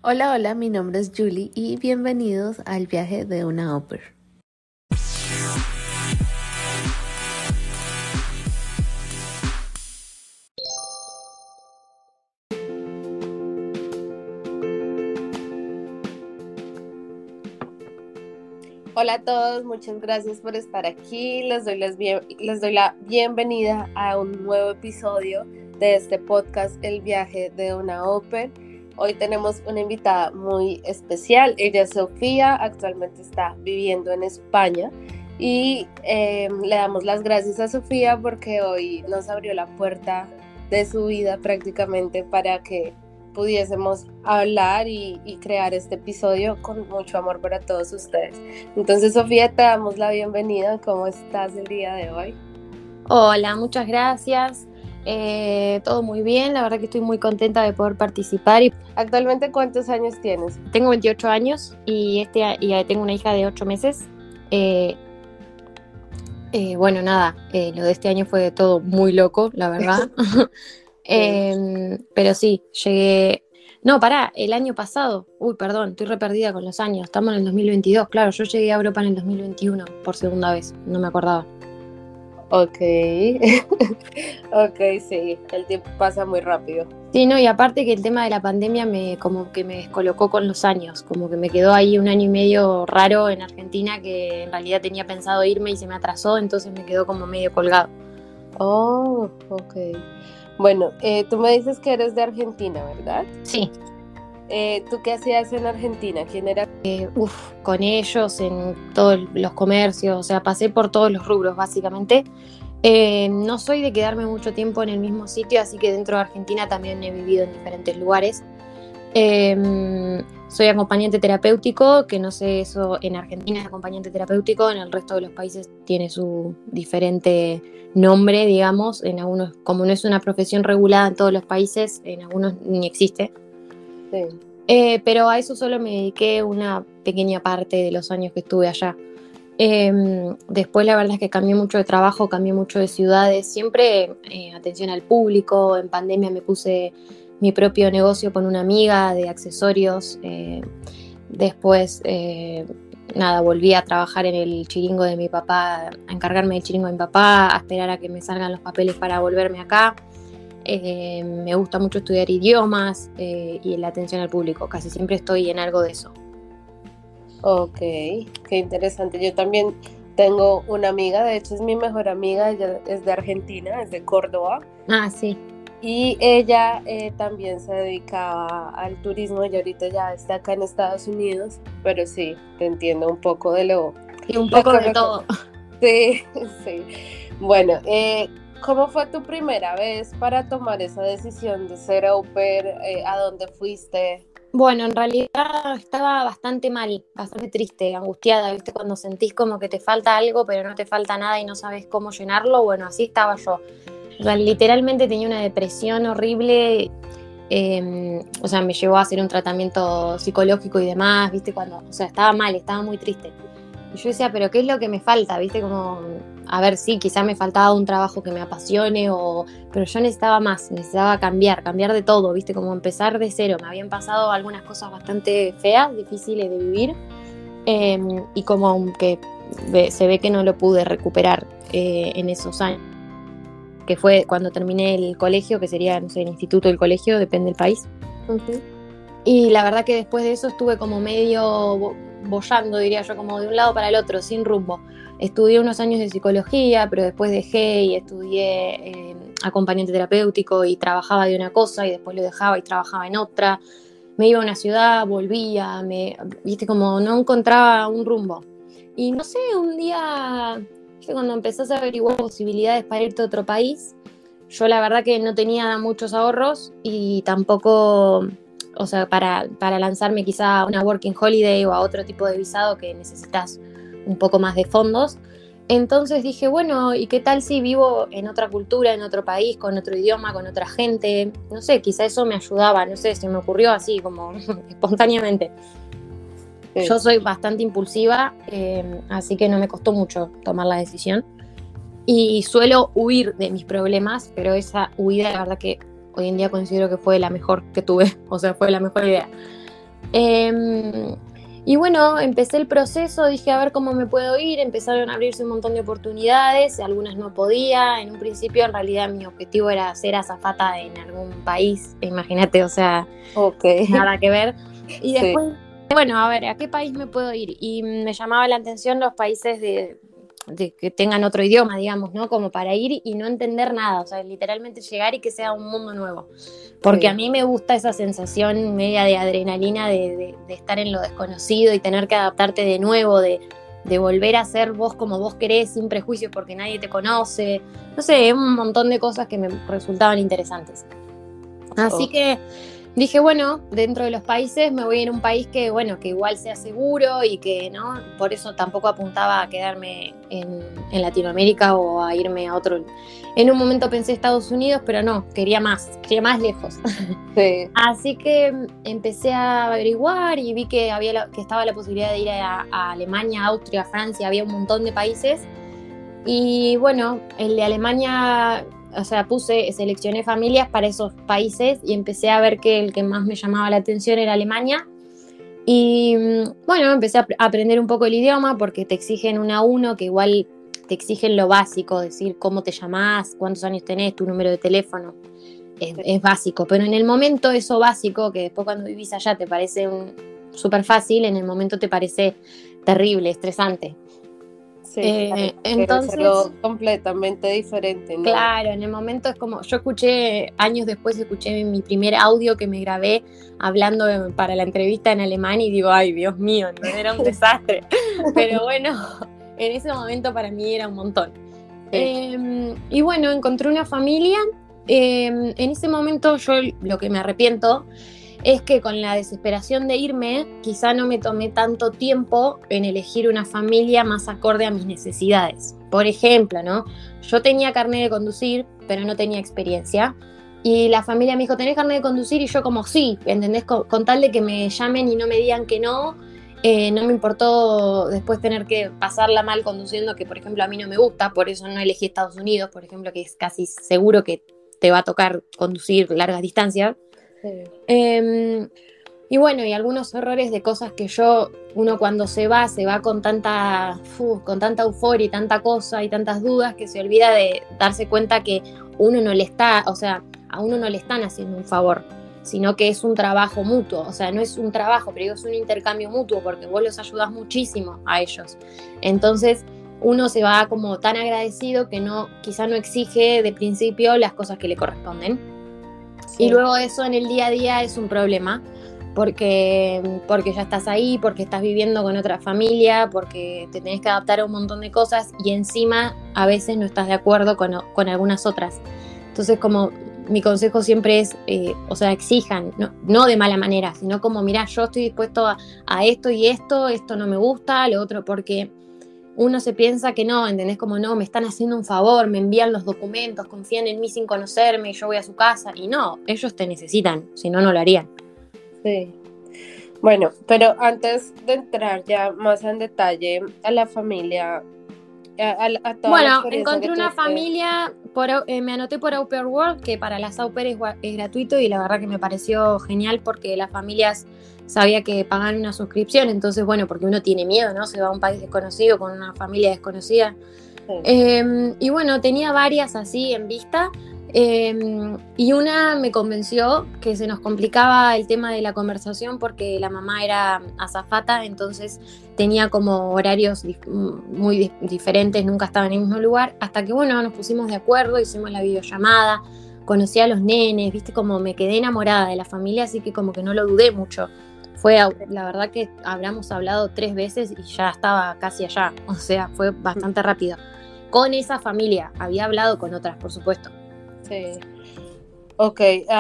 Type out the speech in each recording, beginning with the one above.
Hola, hola, mi nombre es Julie y bienvenidos al viaje de una au pair. Hola a todos, muchas gracias por estar aquí. Les doy la bienvenida a un nuevo episodio de este podcast, El viaje de una au pair. Hoy tenemos una invitada muy especial. Ella es Sofía, actualmente está viviendo en España y le damos las gracias a Sofía porque hoy nos abrió la puerta de su vida prácticamente para que pudiésemos hablar y crear este episodio con mucho amor para todos ustedes. Entonces, Sofía, te damos la bienvenida. ¿Cómo estás el día de hoy? Hola, muchas gracias. Todo muy bien, la verdad que estoy muy contenta de poder participar. ¿Actualmente cuántos años tienes? Tengo 28 años y tengo una hija de 8 meses. Bueno, nada, lo de este año fue todo muy loco, la verdad. Pero sí, llegué... No, pará, el año pasado. Uy, perdón, estoy re perdida con los años. Estamos en el 2022, claro, yo llegué a Europa en el 2021 por segunda vez, no me acordaba. Ok, ok, sí, el tiempo pasa muy rápido. Sí, no, y aparte que el tema de la pandemia como que me descolocó con los años, como que me quedó ahí un año y medio raro en Argentina, que en realidad tenía pensado irme y se me atrasó, entonces me quedó como medio colgado. Oh, ok. Bueno, tú me dices que eres de Argentina, ¿verdad? Sí. ¿Tú qué hacías en Argentina? ¿Quién era? Con ellos en todos los comercios, o sea, pasé por todos los rubros básicamente. No soy de quedarme mucho tiempo en el mismo sitio, así que dentro de Argentina también he vivido en diferentes lugares. Soy acompañante terapéutico, que no sé, eso en Argentina es acompañante terapéutico, en el resto de los países tiene su diferente nombre, digamos. En algunos, como no es una profesión regulada en todos los países, en algunos ni existe. Sí. Pero a eso solo me dediqué una pequeña parte de los años que estuve allá. Después la verdad es que cambié mucho de trabajo, cambié mucho de ciudades, siempre atención al público. En pandemia me puse mi propio negocio con una amiga de accesorios. Después, nada, volví a trabajar en el chiringo de mi papá, a encargarme del chiringo de mi papá, a esperar a que me salgan los papeles para volverme acá. Me gusta mucho estudiar idiomas y la atención al público, casi siempre estoy en algo de eso. Ok, qué interesante. Yo también tengo una amiga, de hecho es mi mejor amiga, ella es de Argentina, es de Córdoba. Ah, sí. Y ella también se dedicaba al turismo y ahorita ya está acá en Estados Unidos, pero sí, te entiendo un poco de lo... Y un poco de todo. Sí, sí. Bueno, ¿cómo fue tu primera vez para tomar esa decisión de ser au pair? ¿A dónde fuiste? Bueno, en realidad estaba bastante mal, bastante triste, angustiada, ¿viste? Cuando sentís como que te falta algo, pero no te falta nada y no sabes cómo llenarlo. Bueno, así estaba yo. O sea, literalmente tenía una depresión horrible. O sea, me llevó a hacer un tratamiento psicológico y demás, ¿viste? O sea, estaba mal, estaba muy triste. Y yo decía, pero ¿qué es lo que me falta? ¿Viste? Como, a ver, sí, quizá me faltaba un trabajo que me apasione, pero yo necesitaba más, necesitaba cambiar de todo, ¿viste? Como empezar de cero. Me habían pasado algunas cosas bastante feas, difíciles de vivir, y como que se ve que no lo pude recuperar en esos años, que fue cuando terminé el colegio, que sería, no sé, el instituto, el colegio, depende del país. Uh-huh. Y la verdad que después de eso estuve como medio boyando, diría yo, como de un lado para el otro, sin rumbo. Estudié unos años de psicología, pero después dejé y estudié acompañante terapéutico y trabajaba de una cosa y después lo dejaba y trabajaba en otra. Me iba a una ciudad, volvía, viste, como no encontraba un rumbo. Y no sé, un día, cuando empezás a averiguar posibilidades para irte a otro país, yo la verdad que no tenía muchos ahorros y tampoco... O sea, para lanzarme quizá a una working holiday o a otro tipo de visado que necesitas un poco más de fondos. Entonces dije, bueno, ¿y qué tal si vivo en otra cultura, en otro país, con otro idioma, con otra gente? No sé, quizá eso me ayudaba, no sé, se me ocurrió así, como espontáneamente. Sí. Yo soy bastante impulsiva, así que no me costó mucho tomar la decisión. Y suelo huir de mis problemas, pero esa huida, la verdad que hoy en día considero que fue la mejor que tuve, o sea, fue la mejor idea. Y bueno, empecé el proceso, dije a ver cómo me puedo ir, empezaron a abrirse un montón de oportunidades, algunas no podía, en un principio en realidad mi objetivo era ser azafata en algún país, imagínate, o sea, nada que ver. Y después, bueno, a ver, ¿a qué país me puedo ir? Y me llamaba la atención los países de que tengan otro idioma, digamos, ¿no? Como para ir y no entender nada, o sea, literalmente llegar y que sea un mundo nuevo. Porque a mí me gusta esa sensación media de adrenalina de estar en lo desconocido y tener que adaptarte de nuevo, de volver a ser vos como vos querés, sin prejuicios porque nadie te conoce. No sé, un montón de cosas que me resultaban interesantes. Así que dije, bueno, dentro de los países me voy a ir a un país que, bueno, que igual sea seguro y que, ¿no? Por eso tampoco apuntaba a quedarme en Latinoamérica o a irme a otro. En un momento pensé Estados Unidos, pero no, quería más lejos. Sí. Así que empecé a averiguar y vi que que estaba la posibilidad de ir a Alemania, Austria, Francia, había un montón de países. Y bueno, el de Alemania, o sea, seleccioné familias para esos países y empecé a ver que el que más me llamaba la atención era Alemania. Y bueno, empecé a aprender un poco el idioma porque te exigen un A1, que igual te exigen lo básico, decir cómo te llamás, cuántos años tenés, tu número de teléfono. Es básico, pero en el momento eso básico, que después cuando vivís allá te parece súper fácil, en el momento te parece terrible, estresante. Sí, entonces completamente diferente, ¿no? Claro, en el momento es como, yo años después escuché mi primer audio que me grabé hablando para la entrevista en alemán y digo, ay, Dios mío, no era un desastre. Pero bueno, en ese momento para mí era un montón. Sí. Y bueno, encontré una familia. En ese momento yo lo que me arrepiento es que con la desesperación de irme, quizá no me tomé tanto tiempo en elegir una familia más acorde a mis necesidades. Por ejemplo, ¿no? Yo tenía carnet de conducir, pero no tenía experiencia. Y la familia me dijo, ¿tenés carnet de conducir? Y yo como, sí, ¿entendés? Con tal de que me llamen y no me digan que no, no me importó después tener que pasarla mal conduciendo, que por ejemplo a mí no me gusta, por eso no elegí Estados Unidos, por ejemplo, que es casi seguro que te va a tocar conducir largas distancias. Sí. Y bueno, y algunos errores de cosas que uno cuando se va con tanta euforia y tanta cosa y tantas dudas que se olvida de darse cuenta que uno no le está, o sea, a uno no le están haciendo un favor, sino que es un trabajo mutuo, o sea, no es un trabajo, pero es un intercambio mutuo porque vos los ayudás muchísimo a ellos. Entonces, uno se va como tan agradecido que quizá no exige de principio las cosas que le corresponden. Sí. Y luego eso en el día a día es un problema, porque ya estás ahí, porque estás viviendo con otra familia, porque te tenés que adaptar a un montón de cosas y encima a veces no estás de acuerdo con algunas otras. Entonces, como mi consejo siempre es, o sea, exijan, no de mala manera, sino como, mirá, yo estoy dispuesto a esto y esto no me gusta, lo otro, porque uno se piensa que no, ¿entendés? Como no, me están haciendo un favor, me envían los documentos, confían en mí sin conocerme, yo voy a su casa. Y no, ellos te necesitan, si no, no lo harían. Sí. Bueno, pero antes de entrar ya más en detalle a la familia, a toda bueno, encontré una familia, me anoté por Au Pair World, que para las Au Pair es gratuito y la verdad que me pareció genial porque las familias sabía que pagan una suscripción, entonces bueno, porque uno tiene miedo, ¿no? Se va a un país desconocido con una familia desconocida. Sí. Y bueno, tenía varias así en vista. Y una me convenció que se nos complicaba el tema de la conversación porque la mamá era azafata, entonces tenía como horarios muy diferentes, nunca estaba en el mismo lugar, hasta que bueno, nos pusimos de acuerdo, hicimos la videollamada, conocí a los nenes, viste, como me quedé enamorada de la familia, así que como que no lo dudé mucho. La verdad que habremos hablado 3 veces y ya estaba casi allá, o sea, fue bastante rápido. Con esa familia, había hablado con otras, por supuesto. Sí. Ok.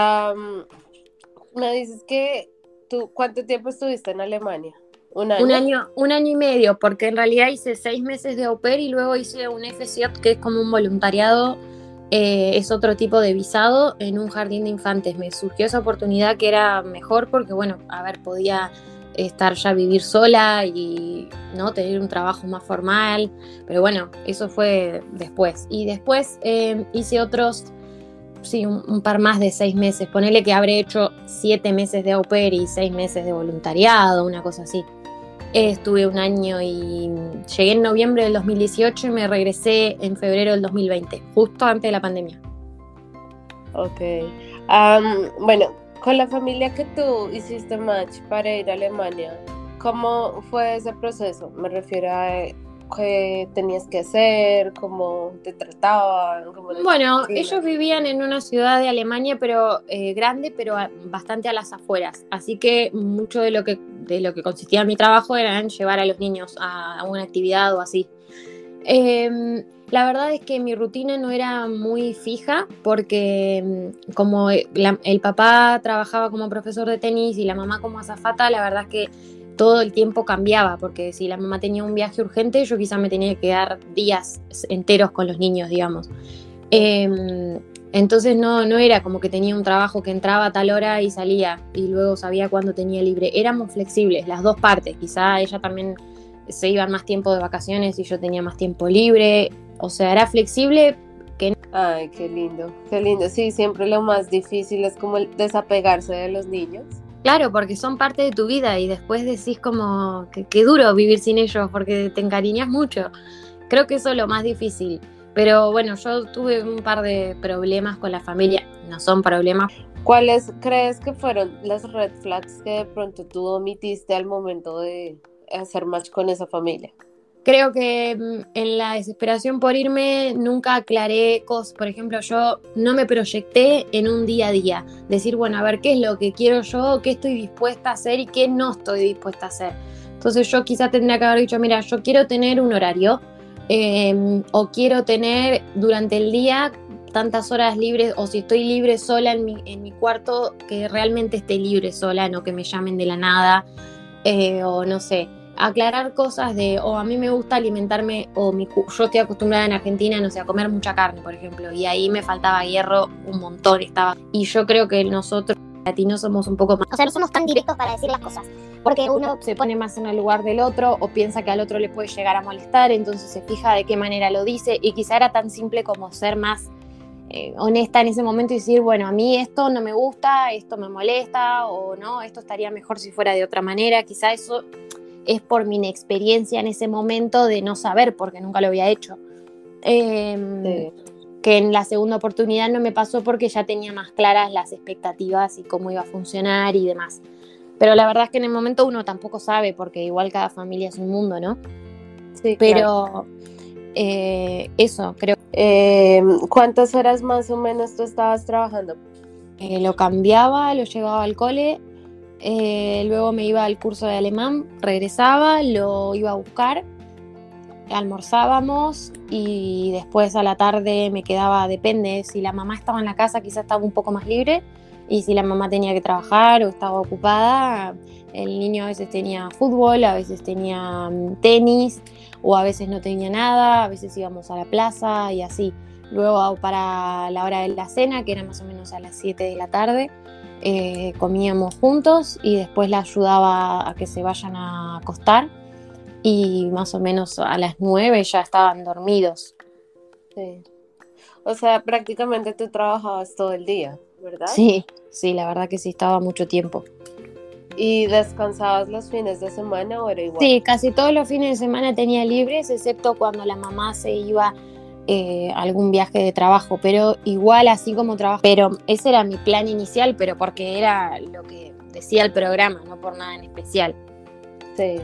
Me dices que tú, ¿cuánto tiempo estuviste en Alemania? ¿Un año? Un año y medio, porque en realidad hice 6 meses de au pair y luego hice un FCJ, que es como un voluntariado, es otro tipo de visado en un jardín de infantes. Me surgió esa oportunidad que era mejor porque, bueno, a ver, podía vivir sola y no tener un trabajo más formal, pero bueno, eso fue después. Y después hice otros sí, un par más de 6 meses. Ponele que habré hecho 7 meses de au pair y 6 meses de voluntariado, una cosa así. Estuve un año y llegué en noviembre del 2018 y me regresé en febrero del 2020, justo antes de la pandemia. Ok. Bueno, con la familia que tú hiciste match para ir a Alemania, ¿cómo fue ese proceso? Me refiero a qué tenías que hacer, cómo te trataban, cómo les Bueno, cocinas. ellos vivían en una ciudad de Alemania, pero grande, pero bastante a las afueras. Así que mucho de lo que consistía mi trabajo era en llevar a los niños a una actividad o así. La verdad es que mi rutina no era muy fija porque como el papá trabajaba como profesor de tenis y la mamá como azafata, la verdad es que todo el tiempo cambiaba, porque si la mamá tenía un viaje urgente, yo quizá me tenía que quedar días enteros con los niños, digamos. Entonces no era como que tenía un trabajo que entraba a tal hora y salía y luego sabía cuándo tenía libre. Éramos flexibles, las dos partes. Quizá ella también se iban más tiempo de vacaciones y yo tenía más tiempo libre. O sea, era flexible. Ay, qué lindo, qué lindo. Sí, siempre lo más difícil es como el desapegarse de los niños. Claro, porque son parte de tu vida y después decís como que duro vivir sin ellos porque te encariñas mucho. Creo que eso es lo más difícil. Pero bueno, yo tuve un par de problemas con la familia. No son problemas. ¿Cuáles crees que fueron las red flags que de pronto tú omitiste al momento de hacer match con esa familia? Creo que en la desesperación por irme nunca aclaré cosas. Por ejemplo, yo no me proyecté en un día a día. Decir, bueno, a ver, ¿qué es lo que quiero yo? ¿Qué estoy dispuesta a hacer y qué no estoy dispuesta a hacer? Entonces yo quizá tendría que haber dicho, mira, yo quiero tener un horario o quiero tener durante el día tantas horas libres, o si estoy libre sola en mi cuarto, que realmente esté libre sola, no que me llamen de la nada, o no sé, aclarar cosas de, o a mí me gusta alimentarme, yo estoy acostumbrada en Argentina, no sé, a comer mucha carne, por ejemplo, y ahí me faltaba hierro un montón, y yo creo que nosotros latinos somos un poco más, O sea, no somos tan directos para decir las cosas, porque uno se pone más en el lugar del otro o piensa que al otro le puede llegar a molestar, entonces se fija de qué manera lo dice, y quizá era tan simple como ser más honesta en ese momento y decir, bueno, a mí esto no me gusta, esto me molesta, o no, esto estaría mejor si fuera de otra manera. Quizá eso es por mi inexperiencia en ese momento de no saber, porque nunca lo había hecho. Sí. Que en la segunda oportunidad no me pasó porque ya tenía más claras las expectativas y cómo iba a funcionar y demás. Pero la verdad es que en el momento uno tampoco sabe, porque igual cada familia es un mundo, ¿no? Sí, Pero claro. Eso, creo. ¿Cuántas horas más o menos tú estabas trabajando? Lo cambiaba, lo llevaba al cole, luego me iba al curso de alemán, regresaba, lo iba a buscar, almorzábamos y después a la tarde me quedaba, depende, si la mamá estaba en la casa quizás estaba un poco más libre, y si la mamá tenía que trabajar o estaba ocupada, el niño a veces tenía fútbol, a veces tenía tenis, o a veces no tenía nada, a veces íbamos a la plaza y así. Luego para la hora de la cena, que era más o menos a las 7 de la tarde, comíamos juntos y después la ayudaba a que se vayan a acostar, y más o menos a las 9 ya estaban dormidos. Sí. O sea, prácticamente tú trabajabas todo el día, ¿verdad? Sí, la verdad que sí, estaba mucho tiempo. ¿Y descansabas los fines de semana o era igual? Sí, casi todos los fines de semana tenía libres, excepto cuando la mamá se iba a algún viaje de trabajo, pero igual así como trabajo. Pero ese era mi plan inicial, pero porque era lo que decía el programa, no por nada en especial. Sí.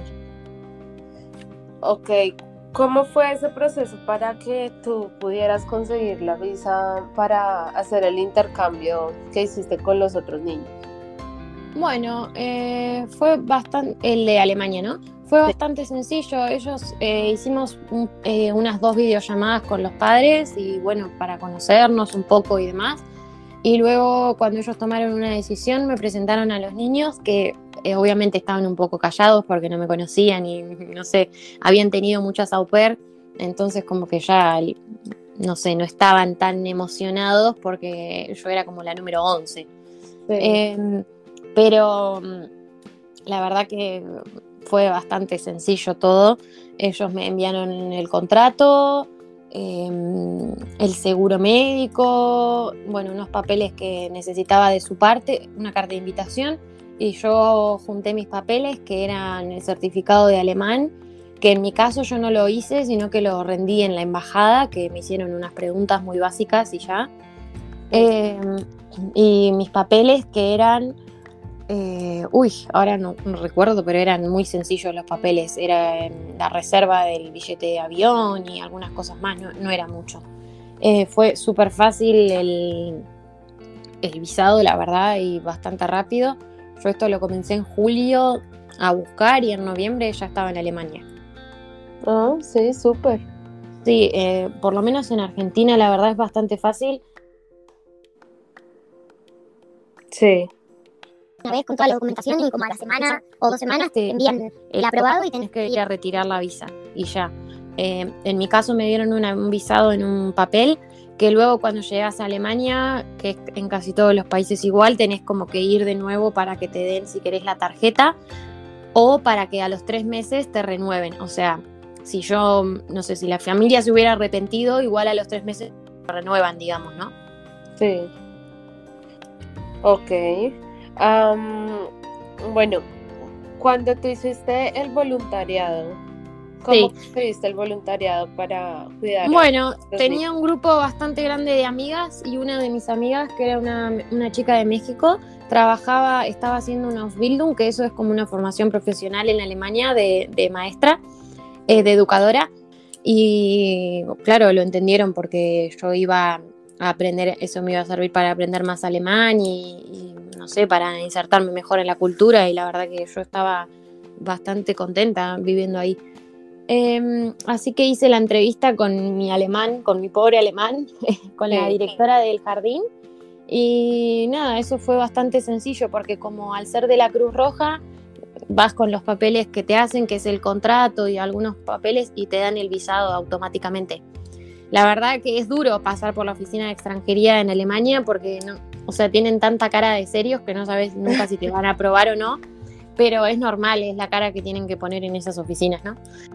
Ok, ¿cómo fue ese proceso para que tú pudieras conseguir la visa para hacer el intercambio que hiciste con los otros niños? Bueno, fue bastante, el de Alemania, ¿no? Fue bastante sencillo. Ellos hicimos unas 2 videollamadas con los padres y bueno, para conocernos un poco y demás. Y luego cuando ellos tomaron una decisión me presentaron a los niños que obviamente estaban un poco callados porque no me conocían y no sé, habían tenido muchas au pair, entonces como que ya, no sé, no estaban tan emocionados porque yo era como la número 11. Sí. Pero la verdad que fue bastante sencillo todo. Ellos me enviaron el contrato, el seguro médico, bueno, unos papeles que necesitaba de su parte, una carta de invitación, y yo junté mis papeles, que eran el certificado de alemán, que en mi caso yo no lo hice, sino que lo rendí en la embajada, que me hicieron unas preguntas muy básicas y ya. Y mis papeles que eran, ahora no recuerdo, pero eran muy sencillos los papeles. Era la reserva del billete de avión y algunas cosas más, no era mucho. Fue súper fácil el visado, la verdad, y bastante rápido. Yo esto lo comencé en julio a buscar y en noviembre ya estaba en Alemania. Ah, sí, súper. Sí, por lo menos en Argentina la verdad es bastante fácil. Sí. Una vez con toda la documentación y como a la semana o 2 semanas te envían el aprobado y tenés que ir a retirar la visa y ya. En mi caso me dieron un visado en un papel que luego cuando llegas a Alemania, que es en casi todos los países igual, tenés como que ir de nuevo para que te den, si querés, la tarjeta o para que a los 3 meses te renueven. O sea, si yo, no sé, si la familia se hubiera arrepentido, igual a los 3 meses te renuevan, digamos, ¿no? Sí. Ok. Bueno, cuando tú hiciste el voluntariado, ¿cómo hiciste el voluntariado para cuidar? Bueno, tenía un grupo bastante grande de amigas y una de mis amigas, que era una chica de México, estaba haciendo una Ausbildung, que eso es como una formación profesional en Alemania de maestra, de educadora, y claro, lo entendieron porque yo iba a aprender, eso me iba a servir para aprender más alemán y no sé, para insertarme mejor en la cultura, y la verdad que yo estaba bastante contenta viviendo ahí. Así que hice la entrevista con mi pobre alemán, con la directora del jardín, y nada, eso fue bastante sencillo porque como al ser de la Cruz Roja vas con los papeles que te hacen, que es el contrato y algunos papeles, y te dan el visado automáticamente. La verdad que es duro pasar por la oficina de extranjería en Alemania porque tienen tanta cara de serios que no sabes nunca si te van a aprobar o no, pero es normal, es la cara que tienen que poner en esas oficinas, ¿no?